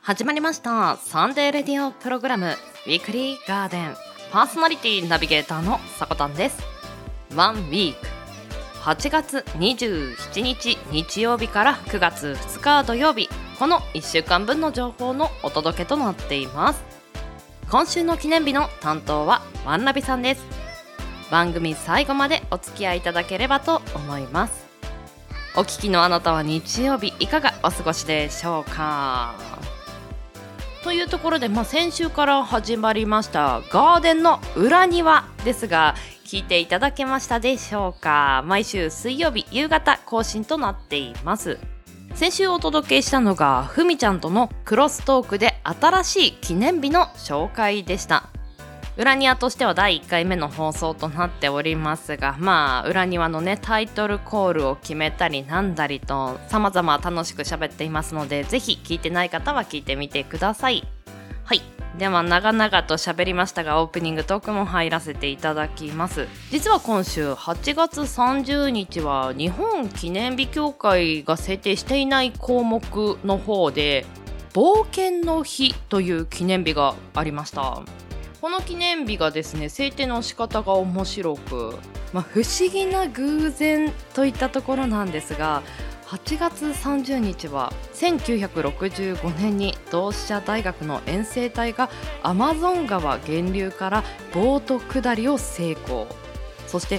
始まりましたサンデーレディオプログラムウィークリーガーデン、パーソナリティナビゲーターのさこたんです。ワンウィーク8月27日日曜日から9月2日土曜日、この1週間分の情報のお届けとなっています。今週の記念日の担当はワンナビさんです。番組最後までお付き合いいただければと思います。お聞きのあなたは日曜日いかがお過ごしでしょうか。というところで、先週から始まりましたガーデンの裏庭ですが、聞いていただけましたでしょうか。毎週水曜日夕方更新となっています。先週お届けしたのがふみちゃんとのクロストークで新しい記念日の紹介でした。裏庭としては第1回目の放送となっておりますが、裏庭のねタイトルコールを決めたりなんだりと様々楽しく喋っていますので、ぜひ聞いてない方は聞いてみてください。はい、では長々と喋りましたが、オープニングトークも入らせていただきます。実は今週8月30日は日本記念日協会が制定していない項目の方で冒険の日という記念日がありました。この記念日がですね、制定の仕方が面白く、不思議な偶然といったところなんですが、8月30日は1965年に同志社大学の遠征隊がアマゾン川源流からボート下りを成功。そして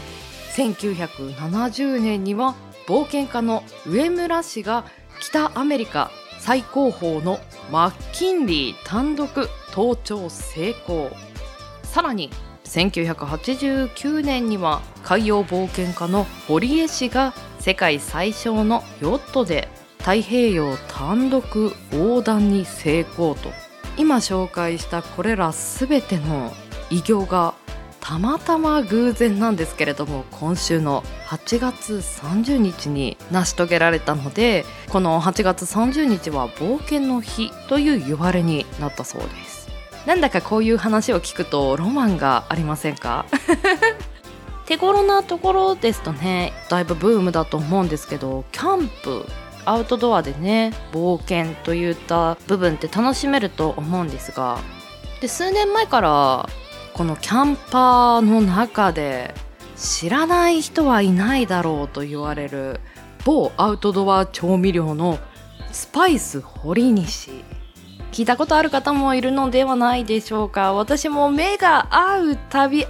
1970年には冒険家の上村氏が北アメリカ最高峰のマッキンリー単独登頂成功。さらに1989年には海洋冒険家の堀江氏が世界最小のヨットで太平洋単独横断に成功と、今紹介したこれらすべての偉業がたまたま偶然なんですけれども、今週の8月30日に成し遂げられたので、この8月30日は冒険の日という言われになったそうです。なんだかこういう話を聞くとロマンがありませんか手頃なところですとね、だいぶブームだと思うんですけど、キャンプアウトドアでね冒険といった部分って楽しめると思うんですが、で数年前からこのキャンパーの中で知らない人はいないだろうと言われる某アウトドア調味料のスパイス堀西、聞いたことある方もいるのではないでしょうか。私も目が合うたび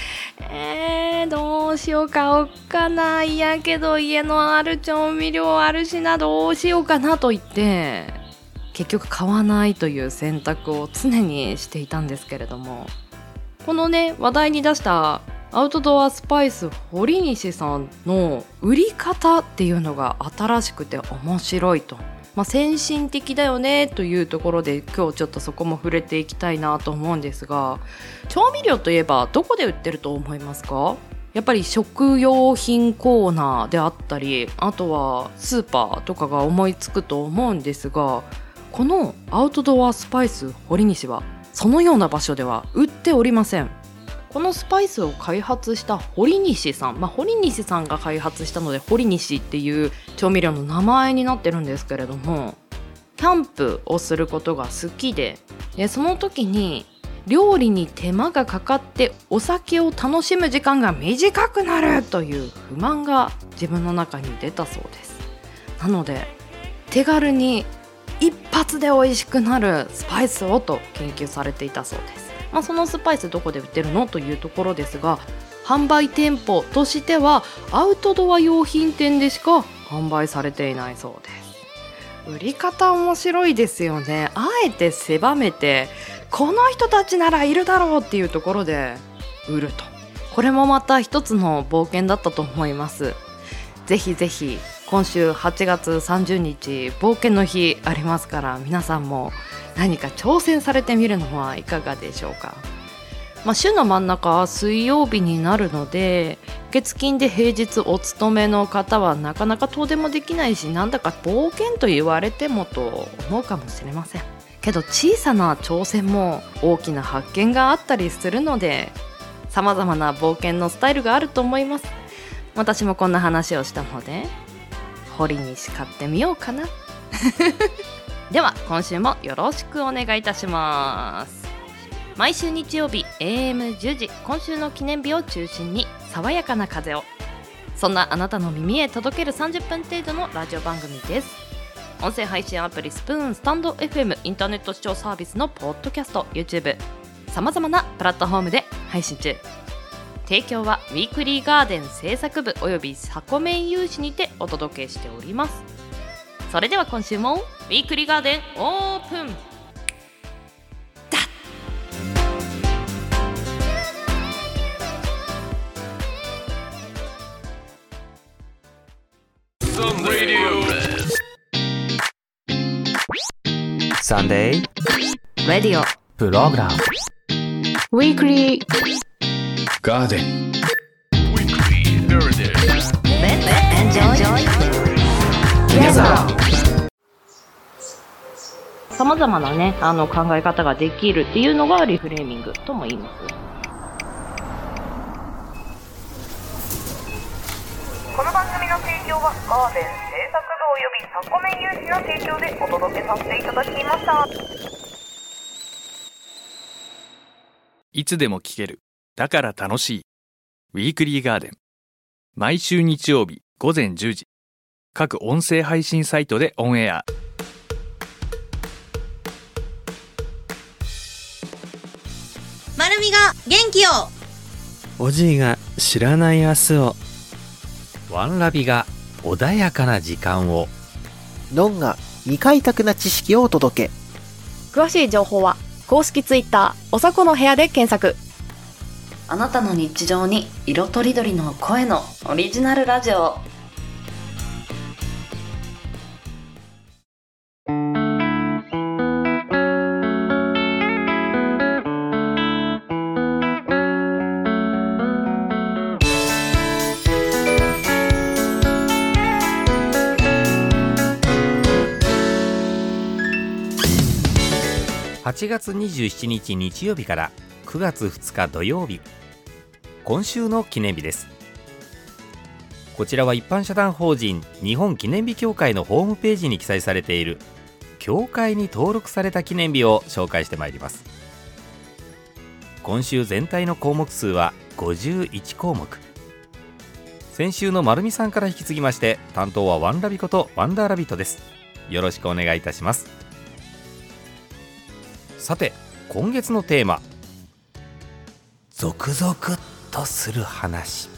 どうしよう買おうかな、いやけど家のある調味料あるしな、どうしようかなと言って結局買わないという選択を常にしていたんですけれども、このね話題に出したアウトドアスパイス堀西さんの売り方っていうのが新しくて面白いと、先進的だよねというところで、今日ちょっとそこも触れていきたいなと思うんですが、調味料といえばどこで売ってると思いますか？やっぱり食用品コーナーであったり、あとはスーパーとかが思いつくと思うんですが、このアウトドアスパイス堀西はそのような場所では売っておりません。このスパイスを開発した堀西さん、堀西さんが開発したので堀西っていう調味料の名前になってるんですけれども、キャンプをすることが好きで、その時に料理に手間がかかってお酒を楽しむ時間が短くなるという不満が自分の中に出たそうです。なので手軽に一発で美味しくなるスパイスをと研究されていたそうです。そのスパイスどこで売ってるのというところですが、販売店舗としてはアウトドア用品店でしか販売されていないそうです。売り方面白いですよね。あえて狭めてこの人たちならいるだろうっていうところで売ると、これもまた一つの冒険だったと思います。ぜひぜひ今週8月30日冒険の日ありますから、皆さんも何か挑戦されてみるのはいかがでしょうか。週の真ん中は水曜日になるので、月金で平日お勤めの方はなかなか遠出もできないし、なんだか冒険と言われてもと思うかもしれませんけど、小さな挑戦も大きな発見があったりするので、様々な冒険のスタイルがあると思います。私もこんな話をしたので堀西買ってみようかなでは今週もよろしくお願いいたします。毎週日曜日 AM10 時、今週の記念日を中心に爽やかな風を、そんなあなたの耳へ届ける30分程度のラジオ番組です。音声配信アプリスプーン、スタンド FM、インターネット視聴サービスのポッドキャスト、 YouTube、 さまざまなプラットフォームで配信中。提供はウィークリーガーデン制作部およびサコメン有志にてお届けしております。それでは今週もウィークリーガーデンオープン。 サンデーラディオプログラムウィークリーガーデンさまざまなね、考え方ができるっていうのがリフレーミングとも言います。 この番組の提供はガーデン制作部およびサコメン有志の提供でお届けさせていただきました。 いつでも聞ける、だから楽しいウィークリーガーデン、毎週日曜日午前10時、各音声配信サイトでオンエア。 まるみが元気を、 おじいが知らない明日を、 ワンラビが穏やかな時間を、 ノンが未開拓な知識をお届け。 詳しい情報は公式ツイッターおさこの部屋で検索。 あなたの日常に色とりどりの声のオリジナルラジオ。 8月27日日曜日から9月2日土曜日、今週の記念日です。こちらは一般社団法人日本記念日協会のホームページに記載されている協会に登録された記念日を紹介してまいります。今週全体の項目数は51項目。先週のまるみさんから引き継ぎまして、担当はワンラビことワンダーラビットです。よろしくお願いいたします。さて、今月のテーマ、ゾクゾクっとする話。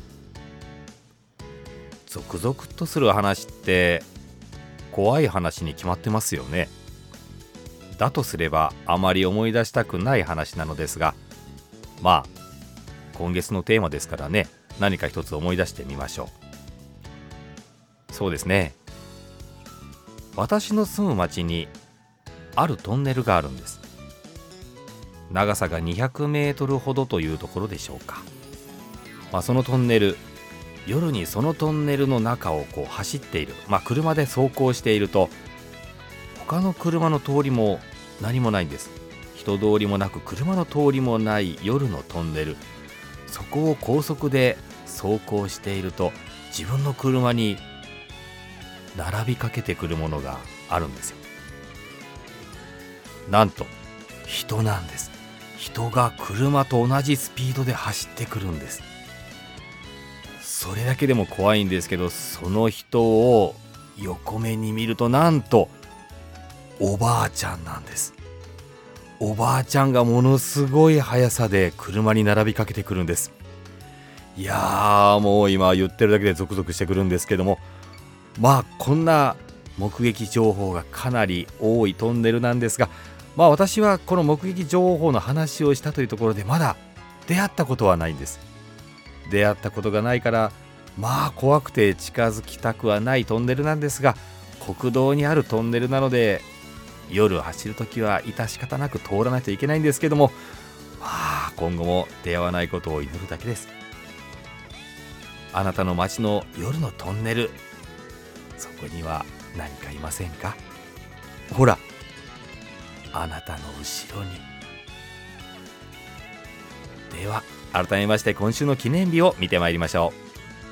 ゾクゾクっとする話って怖い話に決まってますよね。だとすればあまり思い出したくない話なのですが、まあ今月のテーマですからね、何か一つ思い出してみましょう。そうですね、私の住む町にあるトンネルがあるんです。長さが200メートルほどというところでしょうか。そのトンネル、夜にそのトンネルの中を走っている、車で走行していると、他の車の通りも何もないんです。人通りもなく車の通りもない夜のトンネル、そこを高速で走行していると、自分の車に並びかけてくるものがあるんですよ。なんと人なんです。人が車と同じスピードで走ってくるんです。それだけでも怖いんですけど、その人を横目に見ると、なんとおばあちゃんなんです。おばあちゃんがものすごい速さで車に並びかけてくるんです。いやー、もう今言ってるだけでゾクゾクしてくるんですけども、こんな目撃情報がかなり多いトンネルなんですが、私はこの目撃情報の話をしたというところでまだ出会ったことはないんです。出会ったことがないから、怖くて近づきたくはないトンネルなんですが、国道にあるトンネルなので夜走るときは致し方なく通らないといけないんですけども、今後も出会わないことを祈るだけです。あなたの街の夜のトンネル、そこには何かいませんか？ほら、あなたの後ろに。では改めまして今週の記念日を見てまいりましょ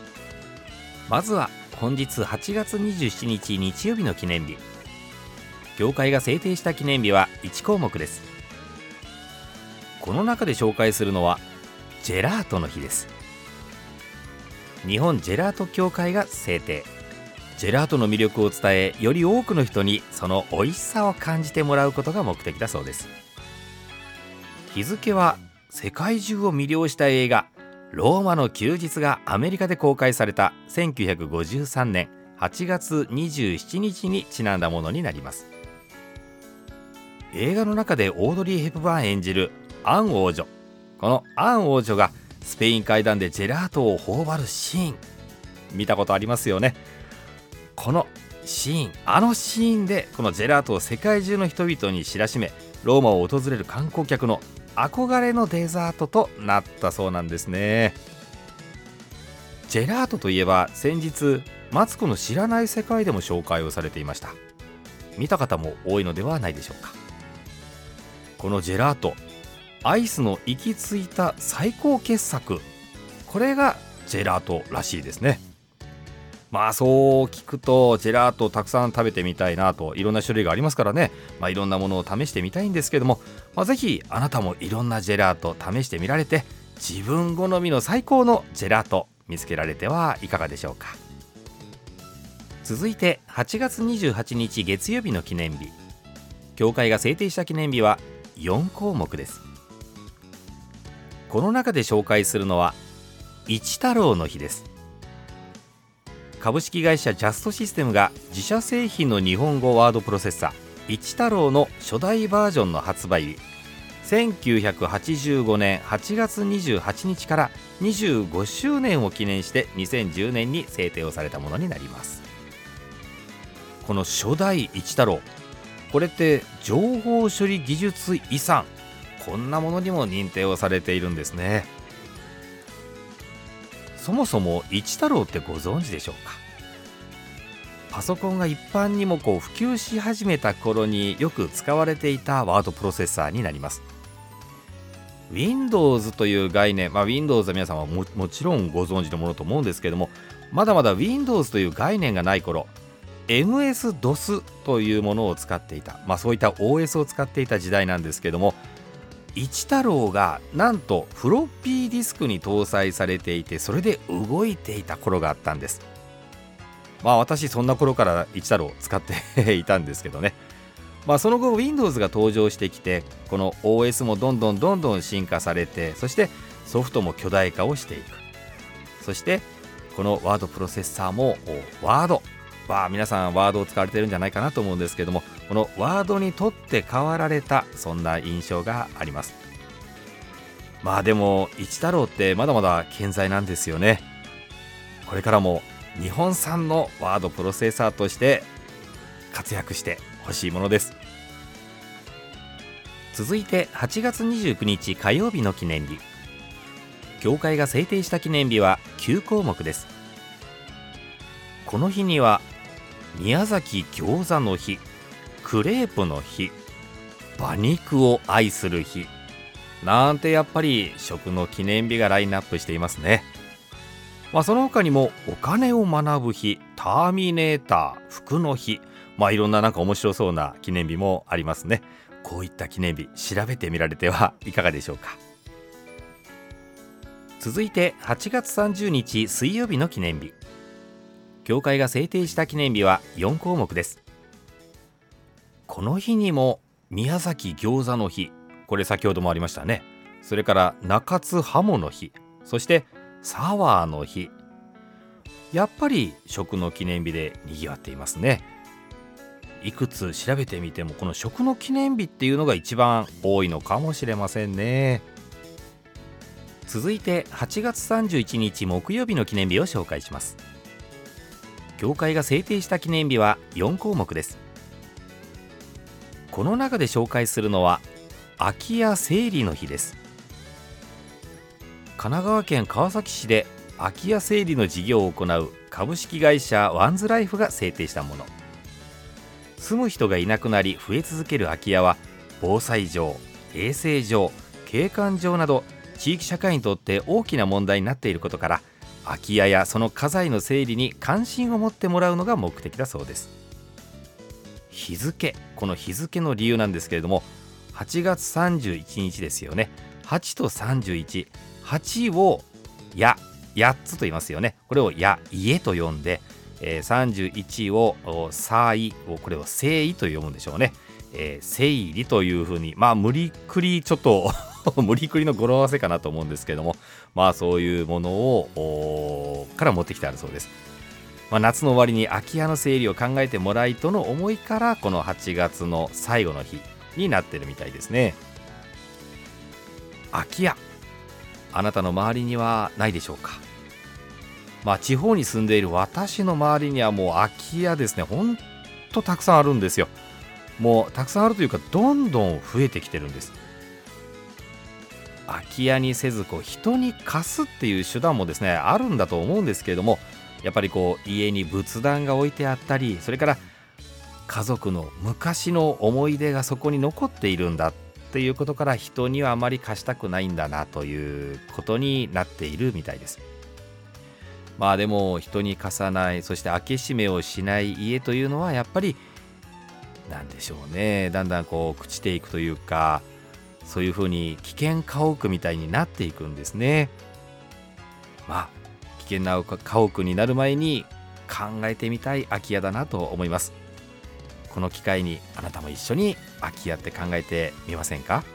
う。まずは本日8月27日日曜日の記念日。 協会が制定した記念日は1項目です。この中で紹介するのはジェラートの日です。日本ジェラート協会が制定。ジェラートの魅力を伝え、より多くの人にその美味しさを感じてもらうことが目的だそうです。日付は世界中を魅了した映画ローマの休日がアメリカで公開された1953年8月27日にちなんだものになります。映画の中でオードリー・ヘプバーン演じるアン王女、このアン王女がスペイン階段でジェラートを頬張るシーン、見たことありますよね。このシーン、あのシーンでこのジェラートを世界中の人々に知らしめ、ローマを訪れる観光客の憧れのデザートとなったそうなんですね。ジェラートといえば先日マツコの知らない世界でも紹介をされていました。見た方も多いのではないでしょうか。このジェラート、アイスの行き着いた最高傑作、これがジェラートらしいですね。そう聞くとジェラートをたくさん食べてみたいなと、いろんな種類がありますからね、いろんなものを試してみたいんですけども、ぜひあなたもいろんなジェラート試してみられて、自分好みの最高のジェラート見つけられてはいかがでしょうか。続いて8月28日月曜日の記念日、協会が制定した記念日は4項目です。この中で紹介するのは一太郎の日です。株式会社ジャストシステムが自社製品の日本語ワードプロセッサー一太郎の初代バージョンの発売日、1985年8月28日から25周年を記念して2010年に制定をされたものになります。この初代一太郎、これって情報処理技術遺産、こんなものにも認定をされているんですね。そもそも一太郎ってご存知でしょうか。パソコンが一般にも普及し始めた頃によく使われていたワードプロセッサーになります。 Windows という概念、Windows は皆さんは もちろんご存知のものと思うんですけども、まだまだ Windows という概念がない頃、 MS-DOS というものを使っていた、そういった OS を使っていた時代なんですけども、一太郎がなんとフロッピーディスクに搭載されていて、それで動いていた頃があったんです。私そんな頃から一太郎を使っていたんですけどね。その後 Windows が登場してきて、この OS もどんどん進化されて、そしてソフトも巨大化をしていく。そしてこのワードプロセッサーもワード、皆さんワードを使われてるんじゃないかなと思うんですけども、このワードにとって変わられた、そんな印象があります。でも一太郎ってまだまだ健在なんですよね。これからも日本産のワードプロセッサーとして活躍してほしいものです。続いて8月29日火曜日の記念日、協会が制定した記念日は9項目です。この日には宮崎餃子の日、クレープの日、馬肉を愛する日なんて、やっぱり食の記念日がラインナップしていますね。その他にもお金を学ぶ日、ターミネーター、服の日、いろんな面白そうな記念日もありますね。こういった記念日調べてみられてはいかがでしょうか。続いて8月30日水曜日の記念日、協会が制定した記念日は4項目です。この日にも宮崎餃子の日、これ先ほどもありましたね。それから中津ハモの日、そしてサワーの日、やっぱり食の記念日でにぎわっていますね。いくつ調べてみてもこの食の記念日っていうのが一番多いのかもしれませんね。続いて8月31日木曜日の記念日を紹介します。協会が制定した記念日は4項目です。この中で紹介するのは空き家整理の日です。神奈川県川崎市で空き家整理の事業を行う株式会社ワンズライフが制定したもの。住む人がいなくなり増え続ける空き家は防災上、衛生上、景観上など地域社会にとって大きな問題になっていることから、空き家やその家財の整理に関心を持ってもらうのが目的だそうです。 日付、この日付の理由なんですけれども、8月31日ですよね。8と31、8を8つと言いますよね。これを家と読んで、31を歳を、これを征夷と読むんでしょうね。征夷というふうに、無理くりちょっと無理くりの語呂合わせかなと思うんですけども、そういうものをから持ってきてあるそうです。夏の終わりに空き家の整理を考えてもらいとの思いから、この8月の最後の日になってるみたいですね。空き家、あなたの周りにはないでしょうか。地方に住んでいる私の周りにはもう空き家ですね、ほんとたくさんあるんですよ。もうたくさんあるというか、どんどん増えてきてるんです。空き家にせず人に貸すっていう手段もですねあるんだと思うんですけれども、やっぱり家に仏壇が置いてあったり、それから家族の昔の思い出がそこに残っているんだっていうことから、人にはあまり貸したくないんだなということになっているみたいです。でも人に貸さない、そして開け閉めをしない家というのは、やっぱりなんでしょうね、だんだん朽ちていくというか、そういうふうに危険家屋みたいになっていくんですね。危険な家屋になる前に考えてみたい空き家だなと思います。この機会にあなたも一緒に空き家って考えてみませんか。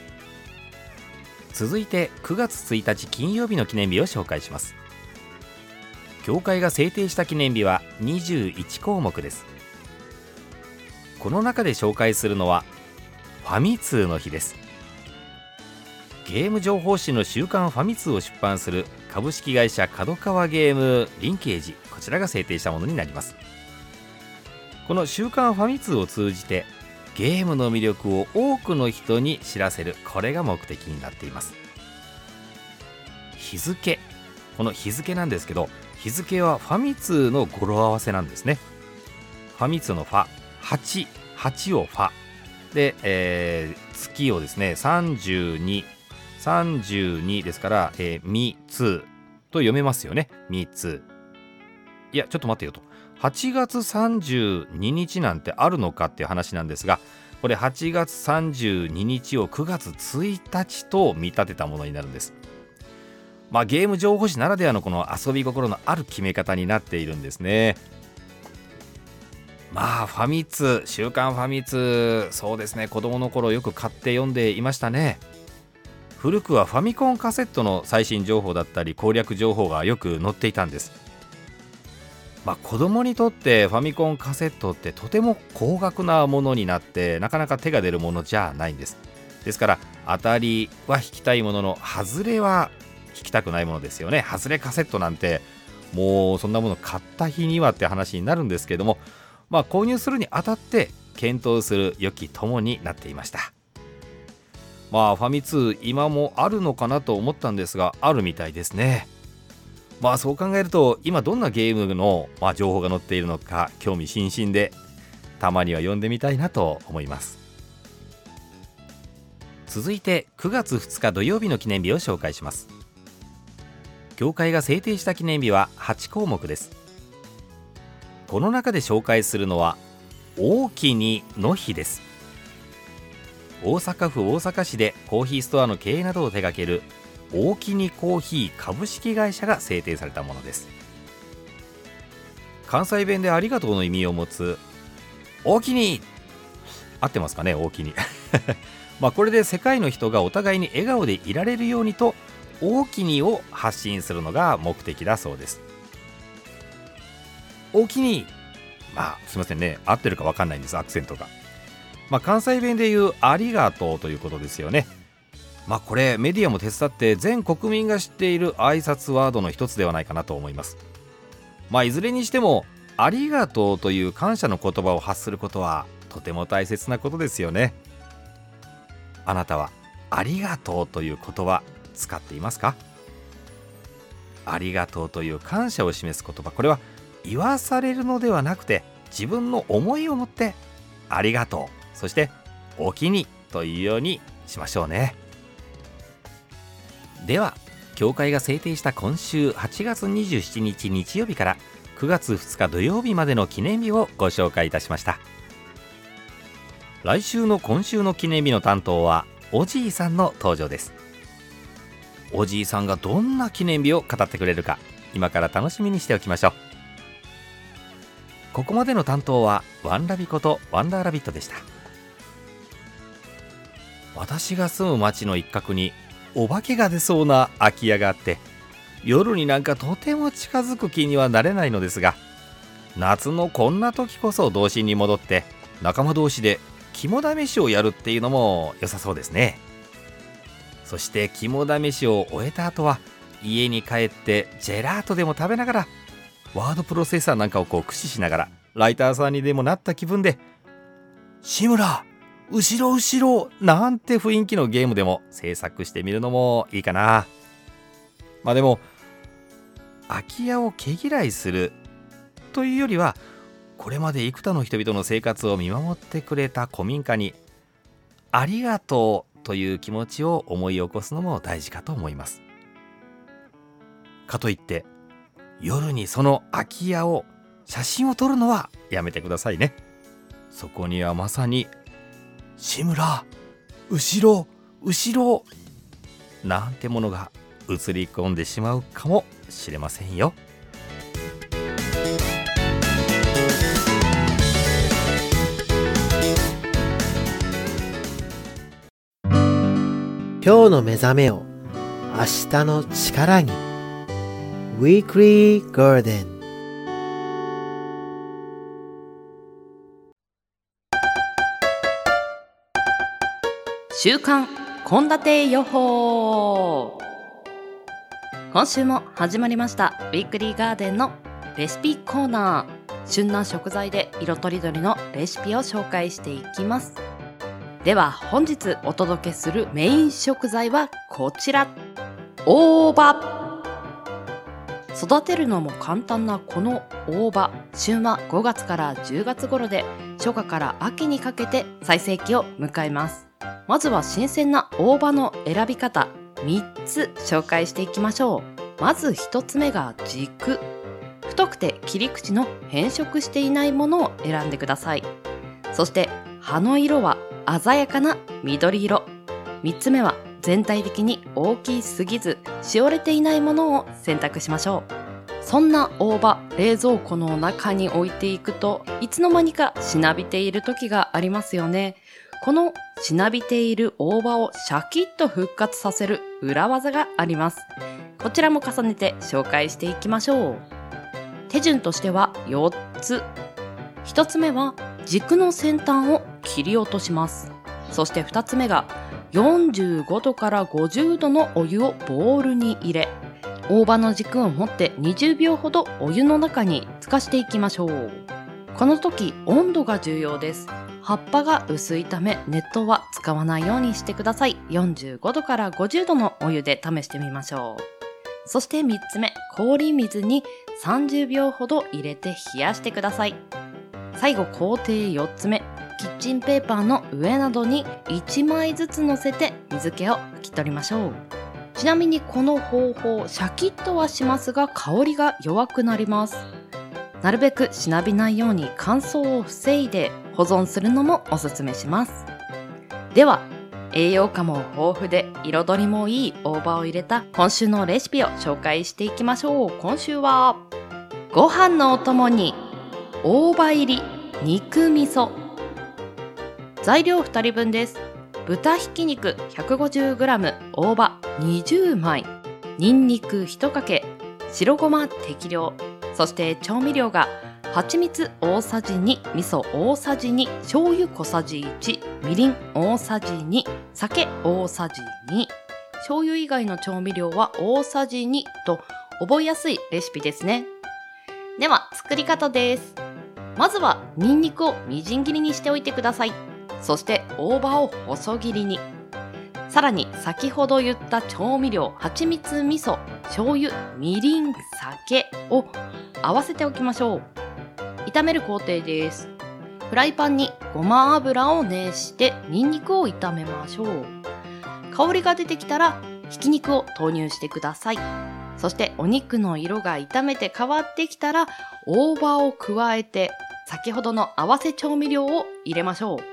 続いて9月1日金曜日の記念日を紹介します。協会が制定した記念日は21項目です。この中で紹介するのはファミ通の日です。ゲーム情報誌の週刊ファミ通を出版する株式会社角川ゲームリンケージ、こちらが制定したものになります。この週刊ファミ通を通じてゲームの魅力を多くの人に知らせる、これが目的になっています。日付、この日付なんですけど、日付はファミ通の語呂合わせなんですね。ファミ通のファ、8をファで、月をですね32ですから、みつと読めますよね。みつ、いやちょっと待ってよと、8月32日なんてあるのかっていう話なんですが、これ8月32日を9月1日と見立てたものになるんです。ゲーム情報誌ならではのこの遊び心のある決め方になっているんですね。ファミ通、週刊ファミ通、そうですね、子供の頃よく買って読んでいましたね。古くはファミコンカセットの最新情報だったり攻略情報がよく載っていたんです。子供にとってファミコンカセットってとても高額なものになって、なかなか手が出るものじゃないんです。ですから当たりは引きたいものの、外れは引きたくないものですよね。外れカセットなんてもうそんなもの買った日にはって話になるんですけれども、購入するにあたって検討する良き友になっていました。ファミ通今もあるのかなと思ったんですが、あるみたいですね。そう考えると今どんなゲームの、情報が載っているのか興味津々で、たまには読んでみたいなと思います。続いて9月2日土曜日の記念日を紹介します。協会が制定した記念日は8項目です。この中で紹介するのは大きにの日です。大阪府大阪市でコーヒーストアの経営などを手掛ける大きにコーヒー株式会社が制定されたものです。関西弁でありがとうの意味を持つ大きに、合ってますかね、大きにこれで世界の人がお互いに笑顔でいられるようにと、大きにを発信するのが目的だそうです。大きに、すいませんね、合ってるか分かんないんです、アクセントが。関西弁で言うありがとうということですよね。これメディアも手伝って全国民が知っている挨拶ワードの一つではないかなと思います。いずれにしてもありがとうという感謝の言葉を発することはとても大切なことですよね。あなたはありがとうという言葉使っていますか？ありがとうという感謝を示す言葉、これは言わされるのではなくて自分の思いを持ってありがとう、そしておきにというようにしましょうね。では協会が制定した今週8月27日日曜日から9月2日土曜日までの記念日をご紹介いたしました。 来週の今週の記念日の担当はおじいさんの登場です。おじいさんがどんな記念日を語ってくれるか、今から楽しみにしておきましょう。ここまでの担当はワンラビことワンダーラビットでした。私が住む町の一角にお化けが出そうな空き家があって、夜になんかとても近づく気にはなれないのですが、夏のこんな時こそ童心に戻って仲間同士で肝試しをやるっていうのも良さそうですね。そして肝試しを終えた後は家に帰ってジェラートでも食べながら、ワードプロセッサーなんかを駆使しながらライターさんにでもなった気分で、志村後ろ後ろなんて雰囲気のゲームでも制作してみるのもいいかな。でも空き家を毛嫌いするというよりは、これまで幾多の人々の生活を見守ってくれた古民家にありがとうという気持ちを思い起こすのも大事かと思います。かといって夜にその空き家を写真を撮るのはやめてくださいね。そこにはまさに志村後ろ後ろなんてものが映り込んでしまうかもしれませんよ。 今日の目覚めを明日の力に Weekly Garden。 週刊献立予報。今週も始まりましたウィークリーガーデンのレシピコーナー。旬な食材で色とりどりのレシピを紹介していきます。では本日お届けするメイン食材はこちら、大葉。育てるのも簡単なこの大葉、旬は5月から10月頃で、初夏から秋にかけて最盛期を迎えます。まずは新鮮な大葉の選び方3つ紹介していきましょう。まず1つ目が軸。太くて切り口の変色していないものを選んでください。そして葉の色は鮮やかな緑色。3つ目は全体的に大きすぎずしおれていないものを選択しましょう。そんな大葉、冷蔵庫の中に置いていくといつの間にかしなびている時がありますよね。このしなびている大葉をシャキッと復活させる裏技があります。こちらも重ねて紹介していきましょう。手順としては4つ。1つ目は軸の先端を切り落とします。そして2つ目が45度から50度のお湯をボウルに入れ、大葉の軸を持って20秒ほどお湯の中に浸かしていきましょう。この時温度が重要です。葉っぱが薄いため熱湯は使わないようにしてください。45度から50度のお湯で試してみましょう。そして3つ目、氷水に30秒ほど入れて冷やしてください。最後、工程4つ目、キッチンペーパーの上などに1枚ずつ乗せて水気を拭き取りましょう。ちなみにこの方法、シャキッとはしますが香りが弱くなります。なるべくしなびないように乾燥を防いで保存するのもおすすめします。では栄養価も豊富で彩りもいい大葉を入れた今週のレシピを紹介していきましょう。今週はご飯のお供に大葉入り肉味噌。材料2人分です。豚ひき肉 150g、 大葉20枚、にんにく1かけ、白ごま適量、そして調味料が蜂蜜大さじ2、味噌大さじ2、醤油小さじ1、みりん大さじ2、酒大さじ2。醤油以外の調味料は大さじ2と覚えやすいレシピですね。では作り方です。まずはにんにくをみじん切りにしておいてください。そして大葉を細切りに。さらに先ほど言った調味料、蜂蜜、味噌、醤油、みりん、酒を合わせておきましょう。炒める工程です。フライパンにごま油を熱してにんにくを炒めましょう。香りが出てきたらひき肉を投入してください。そしてお肉の色が炒めて変わってきたら大葉を加えて先ほどの合わせ調味料を入れましょう。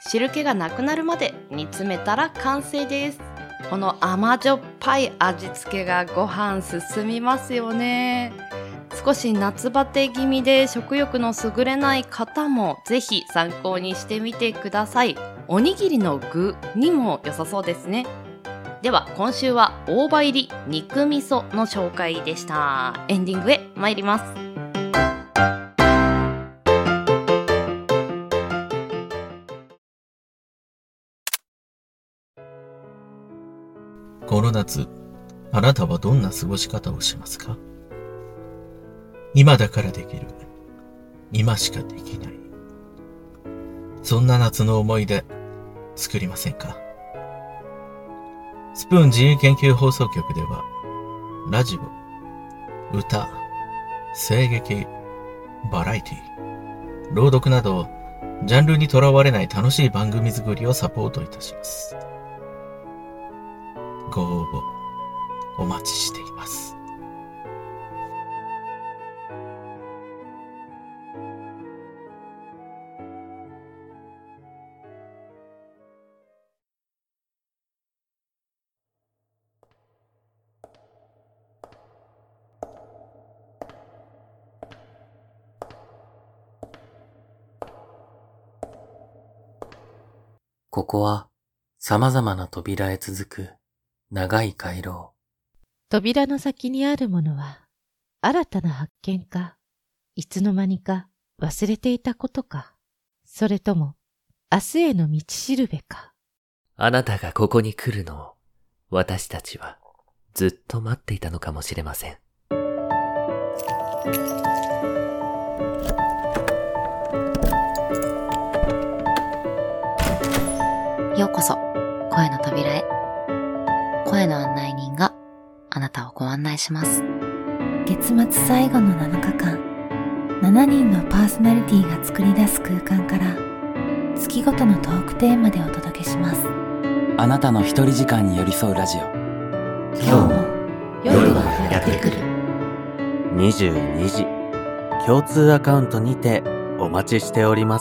汁気がなくなるまで煮詰めたら完成です。この甘じょっぱい味付けがご飯進みますよね。少し夏バテ気味で食欲の優れない方もぜひ参考にしてみてください。おにぎりの具にも良さそうですね。では今週は大葉入り肉味噌の紹介でした。エンディングへ参ります。 この夏、あなたはどんな過ごし方をしますか？今だからできる。今しかできない。そんな夏の思い出、作りませんか？スプーン自由研究放送局では、ラジオ、歌、声劇、バラエティ、朗読など、ジャンルにとらわれない楽しい番組作りをサポートいたします。ご応募、お待ちしています。 ここは様々な扉へ続く長い回廊。 扉の先にあるものは新たな発見か、いつの間にか忘れていたことか、それとも明日への道しるべか。 あなたがここに来るのを私たちはずっと待っていたのかもしれません。 ようこそ声の扉へ。声の案内人があなたをご案内します。 月末最後の7日間、7人のパーソナリティが作り出す空間から月ごとのトークテーマでお届けします。 あなたの一人時間に寄り添うラジオ。 今日も夜はやってくる。 22時、共通アカウントにてお待ちしております。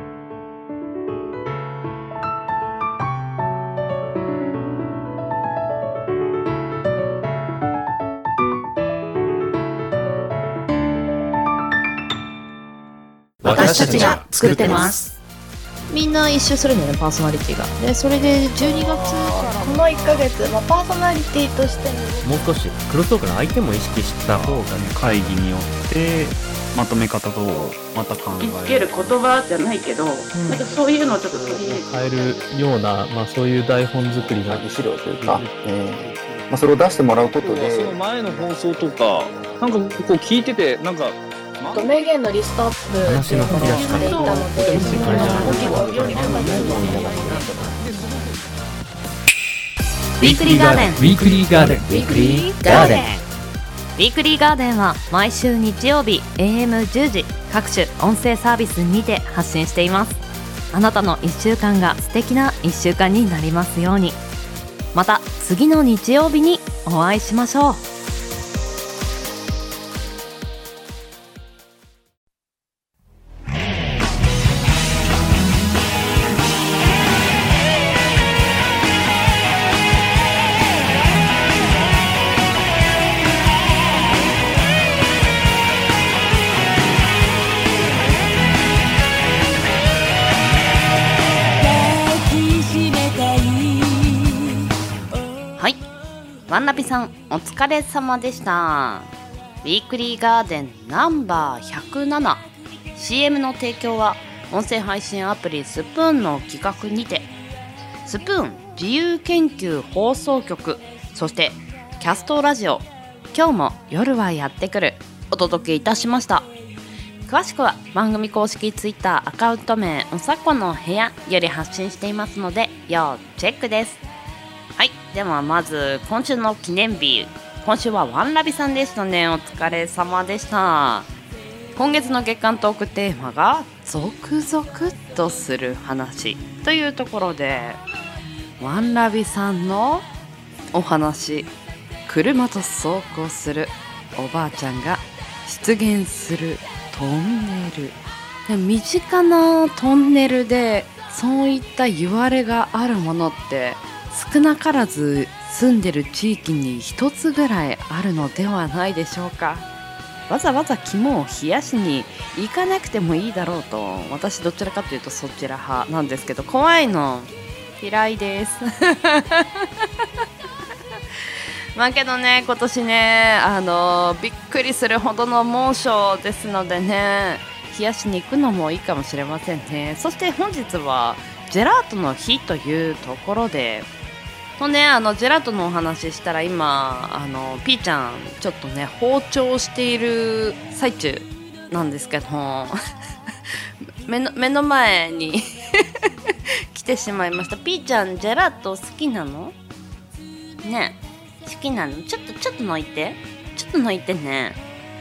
私たちが作ってます。 みんな一周するんだよね、パーソナリティが。でそれで12月からこの1ヶ月、パーソナリティとしてもう少しクロストークの相手も意識した方がね、 会議によってまとめ方とまた考える。 つける言葉じゃないけど、なんかそういうのをちょっと取り入れて変えるような、そういう台本作りが資料というか、それを出してもらうことで、 その前の放送とかなんかこう聞いてて、なんか名言のリストアップ話の振り出ししていたので、 ウィークリーガーデン、 ウィークリーガーデン、 ウィークリーガーデン、ウィークリーガーデンは毎週日曜日 AM10 時各種音声サービスにて発信しています。あなたの1週間が素敵な1週間になりますように。また次の日曜日にお会いしましょう。ワンナビさんお疲れ様でした。ウィークリーガーデンナンバー107、 CM の提供は音声配信アプリスプーンの企画にて、スプーン自由研究放送局、そしてキャストラジオ今日も夜はやってくるお届けいたしました。詳しくは番組公式ツイッターアカウント名おさこの部屋より発信していますので要チェックです。はい、ではまず今週の記念日、今週はワンラビさんでしたね。お疲れ様でした。今月の月間トークテーマがゾクゾクっとする話というところで、ワンラビさんのお話、車と走行するおばあちゃんが出現するトンネル、身近なトンネルでそういった言われがあるものって少なからず住んでる地域に一つぐらいあるのではないでしょうか。わざわざ肝を冷やしに行かなくてもいいだろうと、私どちらかというとそちら派なんですけど、怖いの嫌いですまあけどね、今年ねびっくりするほどの猛暑ですのでね、冷やしに行くのもいいかもしれませんね。そして本日はジェラートの日というところでとね、ジェラートのお話ししたら今ピーちゃんちょっとね包丁している最中なんですけど目の前に来てしまいました。ピーちゃんジェラート好きなのね？好きなの？ちょっと抜いて、ちょっと抜いてね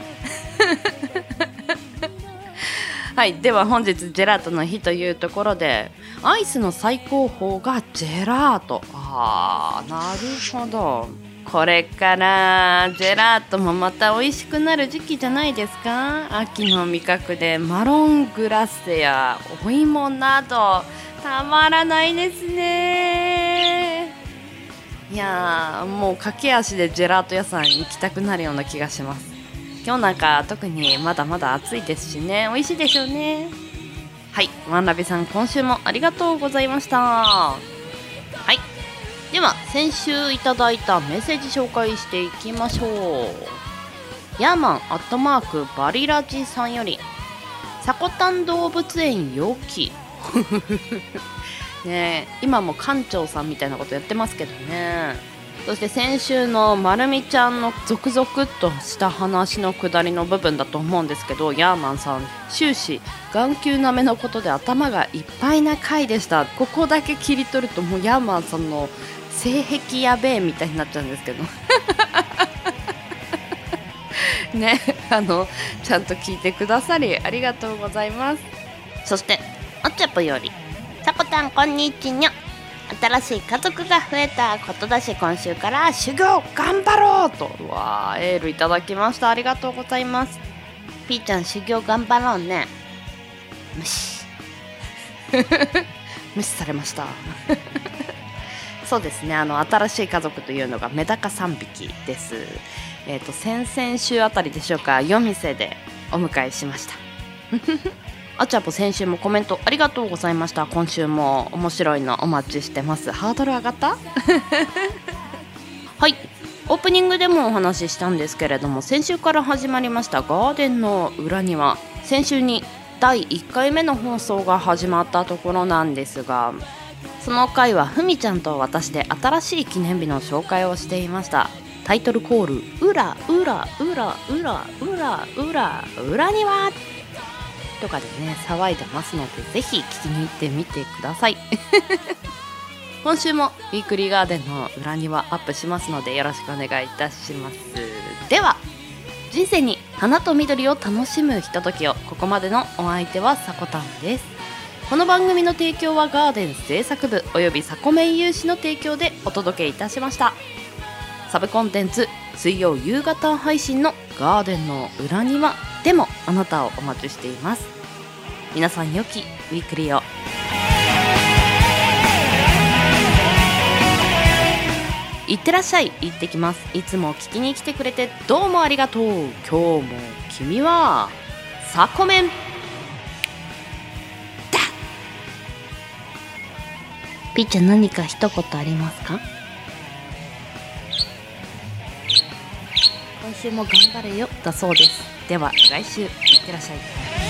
はい、では本日ジェラートの日というところで、アイスの最高峰がジェラート。なるほど。これからジェラートもまた美味しくなる時期じゃないですか。秋の味覚でマロングラッセやお芋などたまらないですね。いやー、もう駆け足でジェラート屋さんに行きたくなるような気がします。今日なんか特にまだまだ暑いですしね、美味しいでしょうね。はい、ワンラビさん今週もありがとうございました。はい、では先週いただいたメッセージ紹介していきましょう。ヤーマン@バリラジさんより、サコタン動物園陽気ね、今も館長さんみたいなことやってますけどね。そして先週のまるみちゃんのゾクゾクっとした話の下りの部分だと思うんですけど、ヤーマンさん終始眼球なめのことで頭がいっぱいな回でした。ここだけ切り取るともうヤーマンさんの性癖やべえみたいになっちゃうんですけどね、ちゃんと聞いてくださりありがとうございます。そしておちゃぽより、さこたんこんにちにゃ、新しい家族が増えたことだし今週から修行頑張ろうと、うわー、エールいただきました。ありがとうございます。ピーちゃん修行頑張ろうね。無視無視されましたそうですね、新しい家族というのがメダカ3匹です。先々週あたりでしょうか、夜店でお迎えしましたあちゃぽ先週もコメントありがとうございました。今週も面白いのお待ちしてます。ハードル上がったはい、オープニングでもお話ししたんですけれども、先週から始まりましたガーデンの裏庭、先週に第1回目の放送が始まったところなんですが、その回はふみちゃんと私で新しい記念日の紹介をしていました。タイトルコール、うらうらうらうらうらうら裏庭とかでね騒いでますので、ぜひ聞きに行ってみてください今週もウィークリーガーデンの裏庭アップしますのでよろしくお願いいたします。では人生に花と緑を楽しむひとときを、ここまでのお相手はさこたんです。この番組の提供はガーデン制作部およびサコメン有志の提供でお届けいたしました。サブコンテンツ水曜夕方配信のガーデンの裏庭でもあなたをお待ちしています。皆さん良きウィークリーを。いってらっしゃい。行ってきます。いつも聞きに来てくれてどうもありがとう。今日も君はサコメンだ。ピーちゃん何か一言ありますか？今週も頑張れよだそうです。では来週いってらっしゃい。